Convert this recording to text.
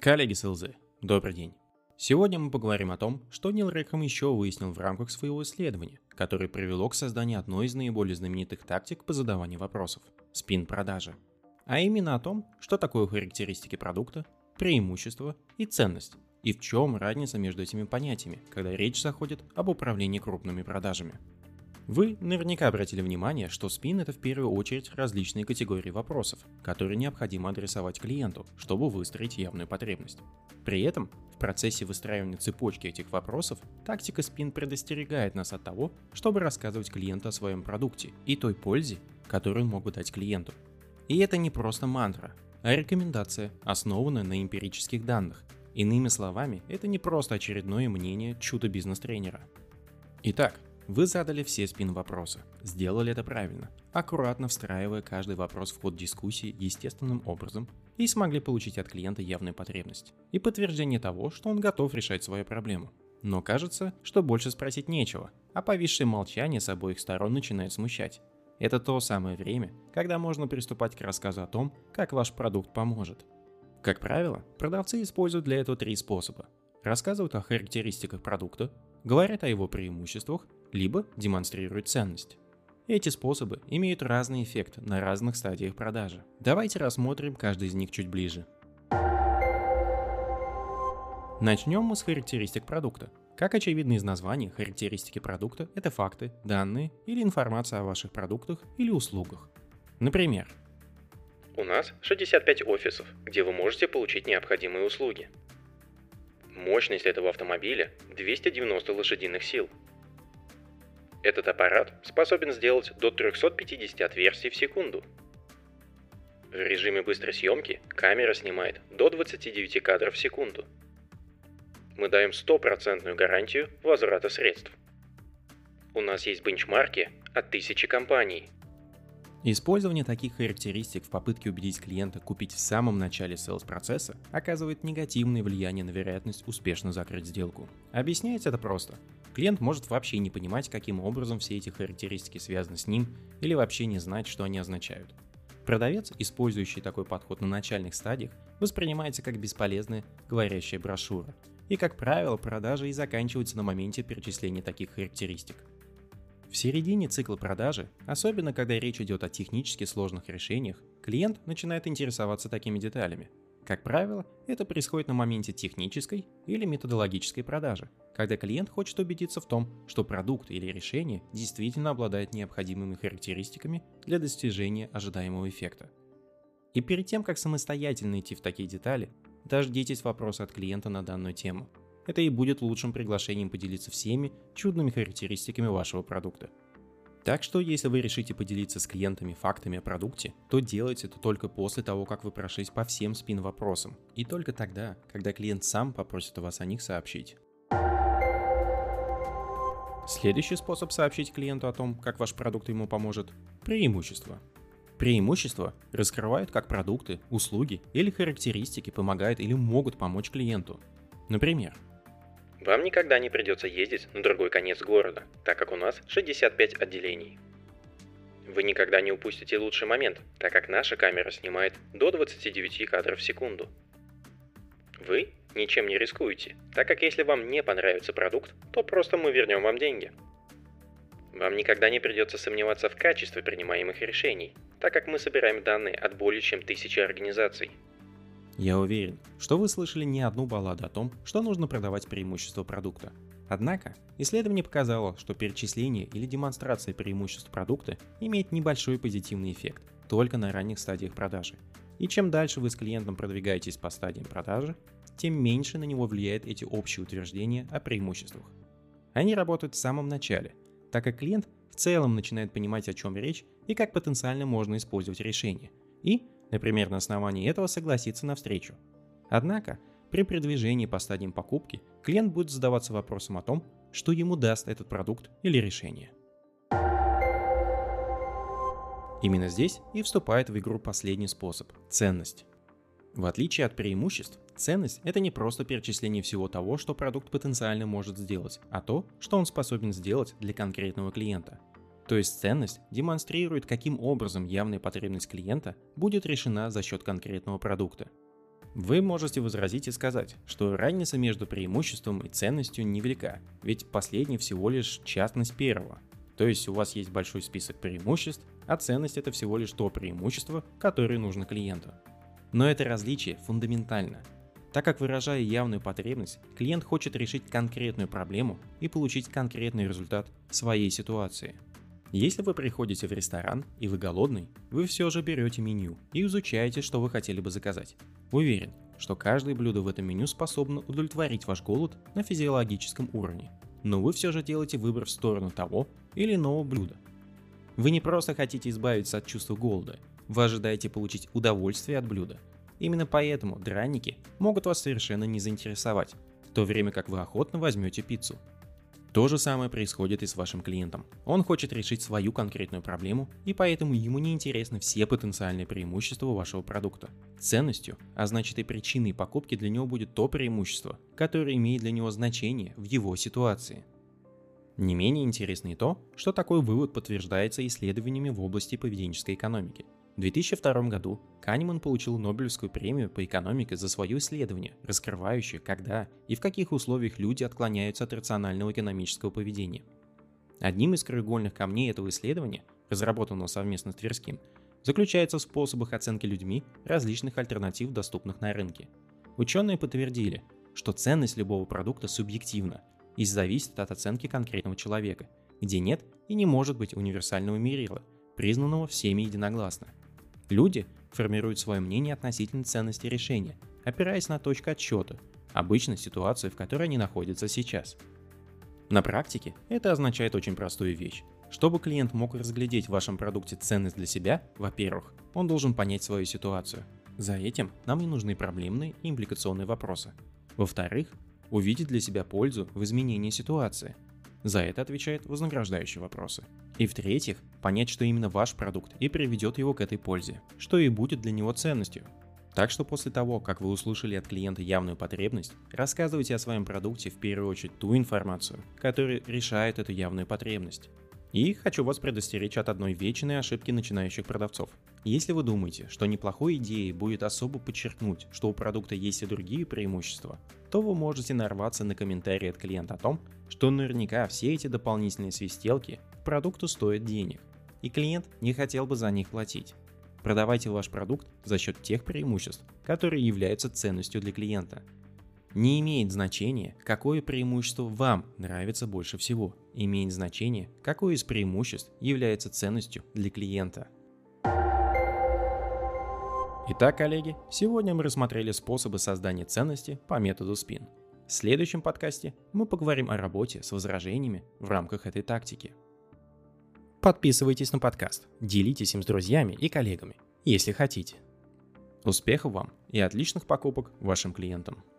Коллеги с ЛЗ, добрый день. Сегодня мы поговорим о том, что Нил Рэкхэм еще выяснил в рамках своего исследования, которое привело к созданию одной из наиболее знаменитых тактик по задаванию вопросов – спин-продажи. А именно о том, что такое характеристики продукта, преимущества и ценность, и в чем разница между этими понятиями, когда речь заходит об управлении крупными продажами. Вы наверняка обратили внимание, что спин – это в первую очередь различные категории вопросов, которые необходимо адресовать клиенту, чтобы выстроить явную потребность. При этом, в процессе выстраивания цепочки этих вопросов, тактика спин предостерегает нас от того, чтобы рассказывать клиенту о своем продукте и той пользе, которую он мог дать клиенту. И это не просто мантра, а рекомендация, основанная на эмпирических данных. Иными словами, это не просто очередное мнение чудо-бизнес-тренера. Итак, вы задали все спин-вопросы, сделали это правильно, аккуратно встраивая каждый вопрос в ход дискуссии естественным образом и смогли получить от клиента явную потребность и подтверждение того, что он готов решать свою проблему. Но кажется, что больше спросить нечего, а повисшее молчание с обоих сторон начинает смущать. Это то самое время, когда можно приступать к рассказу о том, как ваш продукт поможет. Как правило, продавцы используют для этого три способа. Рассказывают о характеристиках продукта, говорят о его преимуществах, либо демонстрируют ценность. Эти способы имеют разный эффект на разных стадиях продажи. Давайте рассмотрим каждый из них чуть ближе. Начнем мы с характеристик продукта. Как очевидно из названия, характеристики продукта – это факты, данные или информация о ваших продуктах или услугах. Например, у нас 65 офисов, где вы можете получить необходимые услуги. Мощность этого автомобиля 290 лошадиных сил. Этот аппарат способен сделать до 350 отверстий в секунду. В режиме быстрой съемки камера снимает до 29 кадров в секунду. Мы даем стопроцентную гарантию возврата средств. У нас есть бенчмарки от 1000 компаний. Использование таких характеристик в попытке убедить клиента купить в самом начале селс-процесса оказывает негативное влияние на вероятность успешно закрыть сделку. Объясняется это просто. Клиент может вообще не понимать, каким образом все эти характеристики связаны с ним, или вообще не знать, что они означают. Продавец, использующий такой подход на начальных стадиях, воспринимается как бесполезная говорящая брошюра. И, как правило, продажи и заканчиваются на моменте перечисления таких характеристик. В середине цикла продажи, особенно когда речь идет о технически сложных решениях, клиент начинает интересоваться такими деталями. Как правило, это происходит на моменте технической или методологической продажи, когда клиент хочет убедиться в том, что продукт или решение действительно обладает необходимыми характеристиками для достижения ожидаемого эффекта. И перед тем, как самостоятельно идти в такие детали, дождитесь вопроса от клиента на данную тему. Это и будет лучшим приглашением поделиться всеми чудными характеристиками вашего продукта. Так что, если вы решите поделиться с клиентами фактами о продукте, то делайте это только после того, как вы прошлись по всем спин-вопросам, и только тогда, когда клиент сам попросит вас о них сообщить. Следующий способ сообщить клиенту о том, как ваш продукт ему поможет – преимущества. Преимущества раскрывают, как продукты, услуги или характеристики помогают или могут помочь клиенту. Например, вам никогда не придется ездить на другой конец города, так как у нас 65 отделений. Вы никогда не упустите лучший момент, так как наша камера снимает до 29 кадров в секунду. Вы ничем не рискуете, так как если вам не понравится продукт, то просто мы вернем вам деньги. Вам никогда не придется сомневаться в качестве принимаемых решений, так как мы собираем данные от более чем 1000 организаций. Я уверен, что вы слышали не одну балладу о том, что нужно продавать преимущества продукта. Однако, исследование показало, что перечисление или демонстрация преимуществ продукта имеет небольшой позитивный эффект только на ранних стадиях продажи. И чем дальше вы с клиентом продвигаетесь по стадиям продажи, тем меньше на него влияют эти общие утверждения о преимуществах. Они работают в самом начале, так как клиент в целом начинает понимать, о чем речь и как потенциально можно использовать решение. И, например, на основании этого согласиться на встречу. Однако, при продвижении по стадиям покупки клиент будет задаваться вопросом о том, что ему даст этот продукт или решение. Именно здесь и вступает в игру последний способ – ценность. В отличие от преимуществ, ценность – это не просто перечисление всего того, что продукт потенциально может сделать, а то, что он способен сделать для конкретного клиента. То есть ценность демонстрирует, каким образом явная потребность клиента будет решена за счет конкретного продукта. Вы можете возразить и сказать, что разница между преимуществом и ценностью невелика, ведь последний всего лишь частность первого. То есть у вас есть большой список преимуществ, а ценность — это всего лишь то преимущество, которое нужно клиенту. Но это различие фундаментально, так как, выражая явную потребность, клиент хочет решить конкретную проблему и получить конкретный результат в своей ситуации. Если вы приходите в ресторан и вы голодный, вы все же берете меню и изучаете, что вы хотели бы заказать. Уверен, что каждое блюдо в этом меню способно удовлетворить ваш голод на физиологическом уровне, но вы все же делаете выбор в сторону того или иного блюда. Вы не просто хотите избавиться от чувства голода, вы ожидаете получить удовольствие от блюда. Именно поэтому драники могут вас совершенно не заинтересовать, в то время как вы охотно возьмете пиццу. То же самое происходит и с вашим клиентом. Он хочет решить свою конкретную проблему, и поэтому ему не интересны все потенциальные преимущества вашего продукта. Ценностью, а значит и причиной покупки для него будет то преимущество, которое имеет для него значение в его ситуации. Не менее интересно и то, что такой вывод подтверждается исследованиями в области поведенческой экономики. В 2002 году Канеман получил Нобелевскую премию по экономике за свое исследование, раскрывающее, когда и в каких условиях люди отклоняются от рационального экономического поведения. Одним из краеугольных камней этого исследования, разработанного совместно с Тверским, заключается в способах оценки людьми различных альтернатив, доступных на рынке. Ученые подтвердили, что ценность любого продукта субъективна и зависит от оценки конкретного человека, где нет и не может быть универсального мерила, признанного всеми единогласно. Люди формируют свое мнение относительно ценности решения, опираясь на точку отсчета, обычно ситуацию, в которой они находятся сейчас. На практике это означает очень простую вещь. Чтобы клиент мог разглядеть в вашем продукте ценность для себя, во-первых, он должен понять свою ситуацию. За этим нам не нужны проблемные и импликационные вопросы. Во-вторых, увидеть для себя пользу в изменении ситуации. За это отвечают вознаграждающие вопросы. И в-третьих, понять, что именно ваш продукт и приведет его к этой пользе, что и будет для него ценностью. Так что после того, как вы услышали от клиента явную потребность, рассказывайте о своем продукте в первую очередь ту информацию, которая решает эту явную потребность. И хочу вас предостеречь от одной вечной ошибки начинающих продавцов. Если вы думаете, что неплохой идеей будет особо подчеркнуть, что у продукта есть и другие преимущества, то вы можете нарваться на комментарии от клиента о том, что наверняка все эти дополнительные свистелки к продукту стоят денег, и клиент не хотел бы за них платить. Продавайте ваш продукт за счет тех преимуществ, которые являются ценностью для клиента. Не имеет значения, какое преимущество вам нравится больше всего. Имеет значение, какое из преимуществ является ценностью для клиента. Итак, коллеги, сегодня мы рассмотрели способы создания ценности по методу SPIN. В следующем подкасте мы поговорим о работе с возражениями в рамках этой тактики. Подписывайтесь на подкаст, делитесь им с друзьями и коллегами, если хотите. Успехов вам и отличных покупок вашим клиентам!